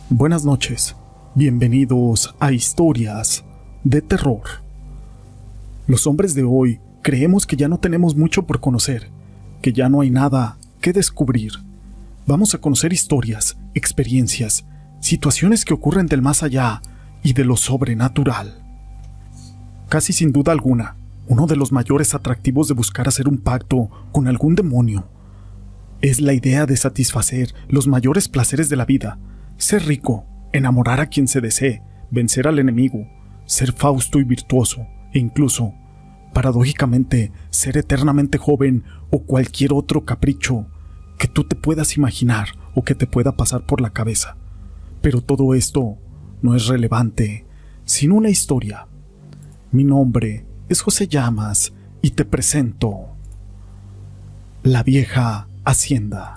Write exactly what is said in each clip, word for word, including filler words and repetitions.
Buenas noches, bienvenidos a Historias de Terror. Los hombres de hoy creemos que ya no tenemos mucho por conocer, que ya no hay nada que descubrir. Vamos a conocer historias, experiencias, situaciones que ocurren del más allá y de lo sobrenatural. Casi sin duda alguna, uno de los mayores atractivos de buscar hacer un pacto con algún demonio es la idea de satisfacer los mayores placeres de la vida: ser rico, enamorar a quien se desee, vencer al enemigo, ser fausto y virtuoso, e incluso, paradójicamente, ser eternamente joven o cualquier otro capricho que tú te puedas imaginar o que te pueda pasar por la cabeza. Pero todo esto no es relevante sin una historia. Mi nombre es José Llamas y te presento La Vieja Hacienda.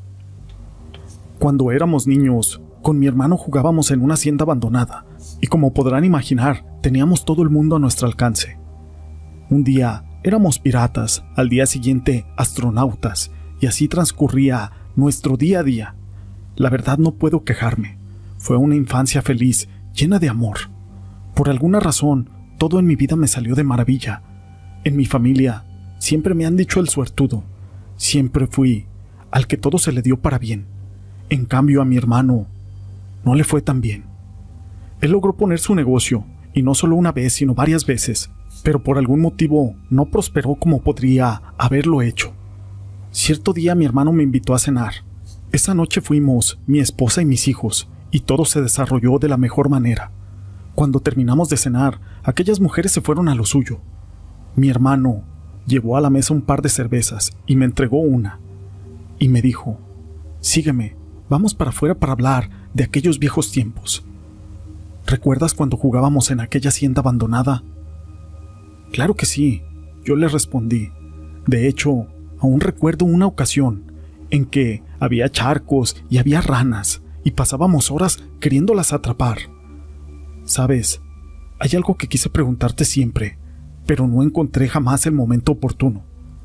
Cuando éramos niños, con mi hermano jugábamos en una hacienda abandonada, y como podrán imaginar, teníamos todo el mundo a nuestro alcance. Un día éramos piratas, al día siguiente astronautas, y así transcurría nuestro día a día. La verdad, no puedo quejarme. Fue una infancia feliz, llena de amor. Por alguna razón, todo en mi vida me salió de maravilla. En mi familia siempre me han dicho el suertudo. Siempre fui al que todo se le dio para bien. En cambio, a mi hermano no le fue tan bien. Él logró poner su negocio, y no solo una vez, sino varias veces, pero por algún motivo no prosperó como podría haberlo hecho. Cierto día mi hermano me invitó a cenar. Esa noche fuimos mi esposa y mis hijos, y todo se desarrolló de la mejor manera. Cuando terminamos de cenar, aquellas mujeres se fueron a lo suyo. Mi hermano llevó a la mesa un par de cervezas y me entregó una, y me dijo: «Sígueme, vamos para afuera para hablar de aquellos viejos tiempos. ¿Recuerdas cuando jugábamos en aquella hacienda abandonada?» «Claro que sí», yo le respondí. De hecho, aún recuerdo una ocasión en que había charcos y había ranas, y pasábamos horas queriéndolas atrapar. ¿Sabes? Hay algo que quise preguntarte siempre, pero no encontré jamás el momento oportuno.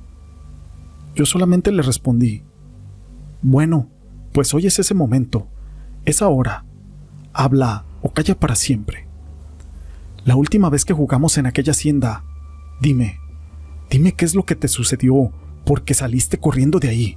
Yo solamente le respondí: «Bueno, pues hoy es ese momento, es ahora. Habla o calla para siempre. La última vez que jugamos en aquella hacienda, dime, dime qué es lo que te sucedió, porque saliste corriendo de ahí».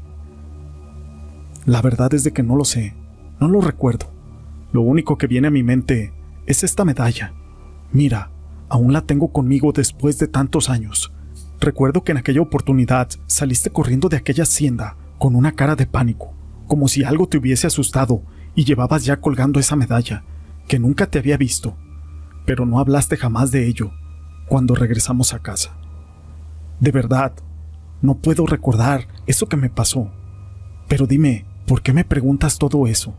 La verdad es de que no lo sé, no lo recuerdo. Lo único que viene a mi mente es esta medalla. Mira, aún la tengo conmigo después de tantos años. Recuerdo que en aquella oportunidad saliste corriendo de aquella hacienda con una cara de pánico, como si algo te hubiese asustado, y llevabas ya colgando esa medalla, que nunca te había visto, pero no hablaste jamás de ello cuando regresamos a casa. De verdad, no puedo recordar eso que me pasó, pero dime, ¿por qué me preguntas todo eso?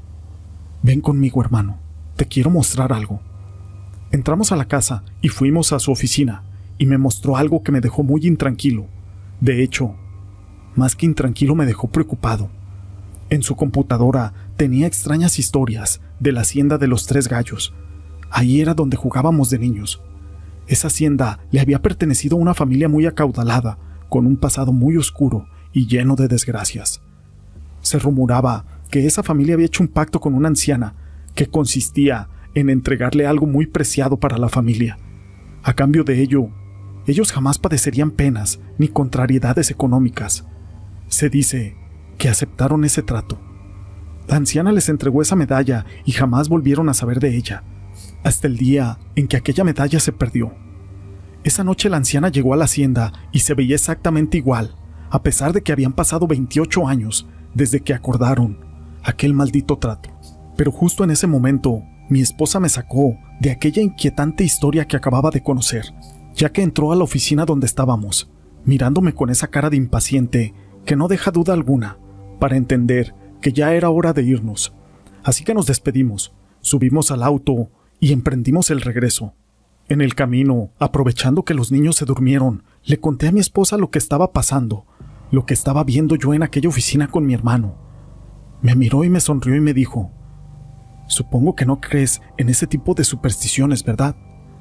Ven conmigo, hermano, te quiero mostrar algo. Entramos a la casa y fuimos a su oficina, y me mostró algo que me dejó muy intranquilo. De hecho, más que intranquilo, me dejó preocupado. En su computadora tenía extrañas historias de la hacienda de los Tres Gallos. Ahí era donde jugábamos de niños. Esa hacienda le había pertenecido a una familia muy acaudalada, con un pasado muy oscuro y lleno de desgracias. Se rumoraba que esa familia había hecho un pacto con una anciana que consistía en entregarle algo muy preciado para la familia. A cambio de ello, ellos jamás padecerían penas ni contrariedades económicas. Se dice que aceptaron ese trato. La anciana les entregó esa medalla y jamás volvieron a saber de ella, hasta el día en que aquella medalla se perdió. Esa noche la anciana llegó a la hacienda y se veía exactamente igual, a pesar de que habían pasado veintiocho años desde que acordaron aquel maldito trato. Pero justo en ese momento, mi esposa me sacó de aquella inquietante historia que acababa de conocer, ya que entró a la oficina donde estábamos, mirándome con esa cara de impaciente que no deja duda alguna, para entender que ya era hora de irnos. Así que nos despedimos, subimos al auto y emprendimos el regreso. En el camino, aprovechando que los niños se durmieron, le conté a mi esposa lo que estaba pasando, lo que estaba viendo yo en aquella oficina con mi hermano. Me miró y me sonrió y me dijo: «Supongo que no crees en ese tipo de supersticiones, ¿verdad?»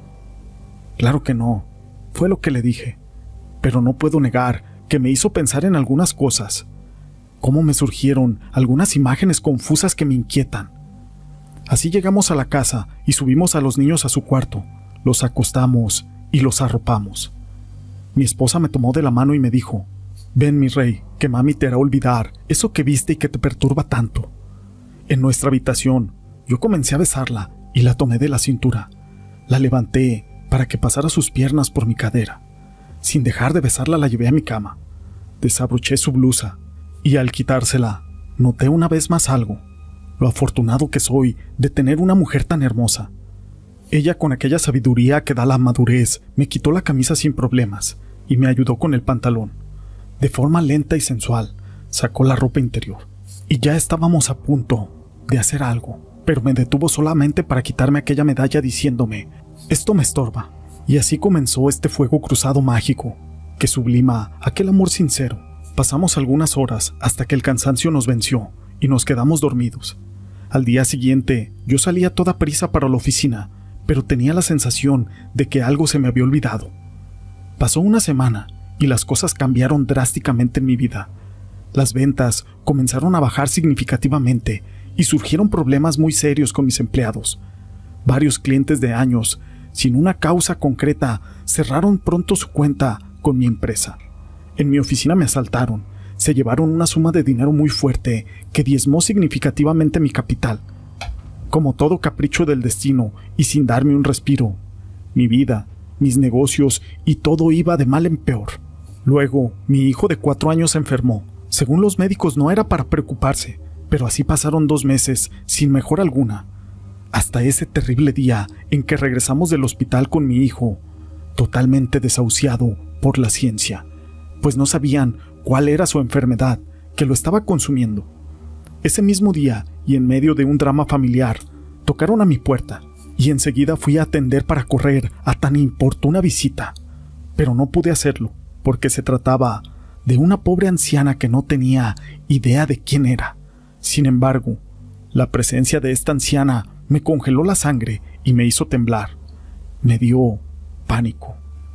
«Claro que no», fue lo que le dije, pero no puedo negar que me hizo pensar en algunas cosas. Cómo me surgieron algunas imágenes confusas que me inquietan. Así llegamos a la casa y subimos a los niños a su cuarto, los acostamos y los arropamos. Mi esposa me tomó de la mano y me dijo: «Ven, mi rey, que mami te hará olvidar eso que viste y que te perturba tanto». En nuestra habitación, yo comencé a besarla y la tomé de la cintura. La levanté para que pasara sus piernas por mi cadera. Sin dejar de besarla, la llevé a mi cama. Desabroché su blusa y al quitársela, noté una vez más algo: lo afortunado que soy de tener una mujer tan hermosa. Ella, con aquella sabiduría que da la madurez, me quitó la camisa sin problemas y me ayudó con el pantalón. De forma lenta y sensual, sacó la ropa interior. Y ya estábamos a punto de hacer algo, pero me detuvo solamente para quitarme aquella medalla diciéndome: «Esto me estorba». Y así comenzó este fuego cruzado mágico, que sublima aquel amor sincero. Pasamos algunas horas hasta que el cansancio nos venció y nos quedamos dormidos. Al día siguiente, yo salí a toda prisa para la oficina, pero tenía la sensación de que algo se me había olvidado. Pasó una semana y las cosas cambiaron drásticamente en mi vida. Las ventas comenzaron a bajar significativamente y surgieron problemas muy serios con mis empleados. Varios clientes de años, sin una causa concreta, cerraron pronto su cuenta con mi empresa. En mi oficina me asaltaron, se llevaron una suma de dinero muy fuerte que diezmó significativamente mi capital. Como todo capricho del destino y sin darme un respiro, mi vida, mis negocios y todo iba de mal en peor. Luego, mi hijo de cuatro años se enfermó. Según los médicos no era para preocuparse, pero así pasaron dos meses sin mejora alguna. Hasta ese terrible día en que regresamos del hospital con mi hijo, totalmente desahuciado por la ciencia, pues no sabían cuál era su enfermedad que lo estaba consumiendo. Ese mismo día, y en medio de un drama familiar, tocaron a mi puerta, y enseguida fui a atender para correr a tan importuna visita. Pero no pude hacerlo, porque se trataba de una pobre anciana que no tenía idea de quién era. Sin embargo, la presencia de esta anciana me congeló la sangre y me hizo temblar. Me dio pánico.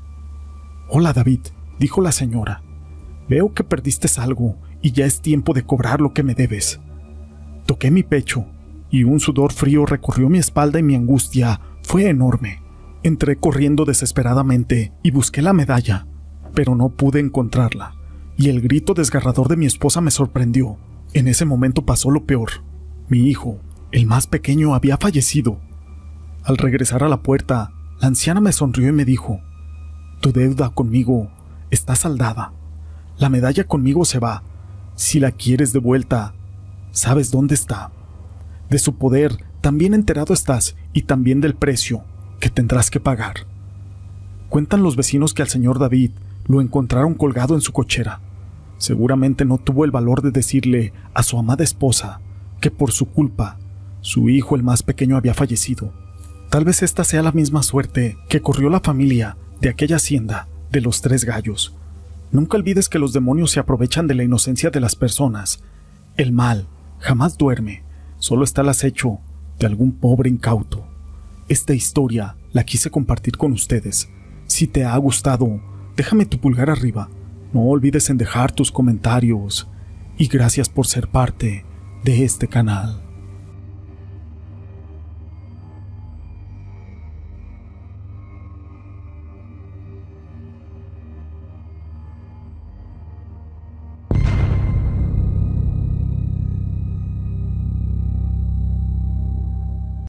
«Hola, David», dijo la señora. «Veo que perdiste algo y ya es tiempo de cobrar lo que me debes». Toqué mi pecho y un sudor frío recorrió mi espalda y mi angustia fue enorme. Entré corriendo desesperadamente y busqué la medalla, pero no pude encontrarla, y el grito desgarrador de mi esposa me sorprendió. En ese momento pasó lo peor. Mi hijo, el más pequeño, había fallecido. Al regresar a la puerta, la anciana me sonrió y me dijo: «Tu deuda conmigo está saldada. La medalla conmigo se va. Si la quieres de vuelta, sabes dónde está. De su poder también enterado estás, y también del precio que tendrás que pagar». Cuentan los vecinos que al señor David lo encontraron colgado en su cochera. Seguramente no tuvo el valor de decirle a su amada esposa que por su culpa su hijo el más pequeño había fallecido. Tal vez esta sea la misma suerte que corrió la familia de aquella hacienda de los tres gallos. Nunca olvides que los demonios se aprovechan de la inocencia de las personas. El mal jamás duerme, solo está al acecho de algún pobre incauto. Esta historia la quise compartir con ustedes. Si te ha gustado, déjame tu pulgar arriba. No olvides en dejar tus comentarios. Y gracias por ser parte de este canal.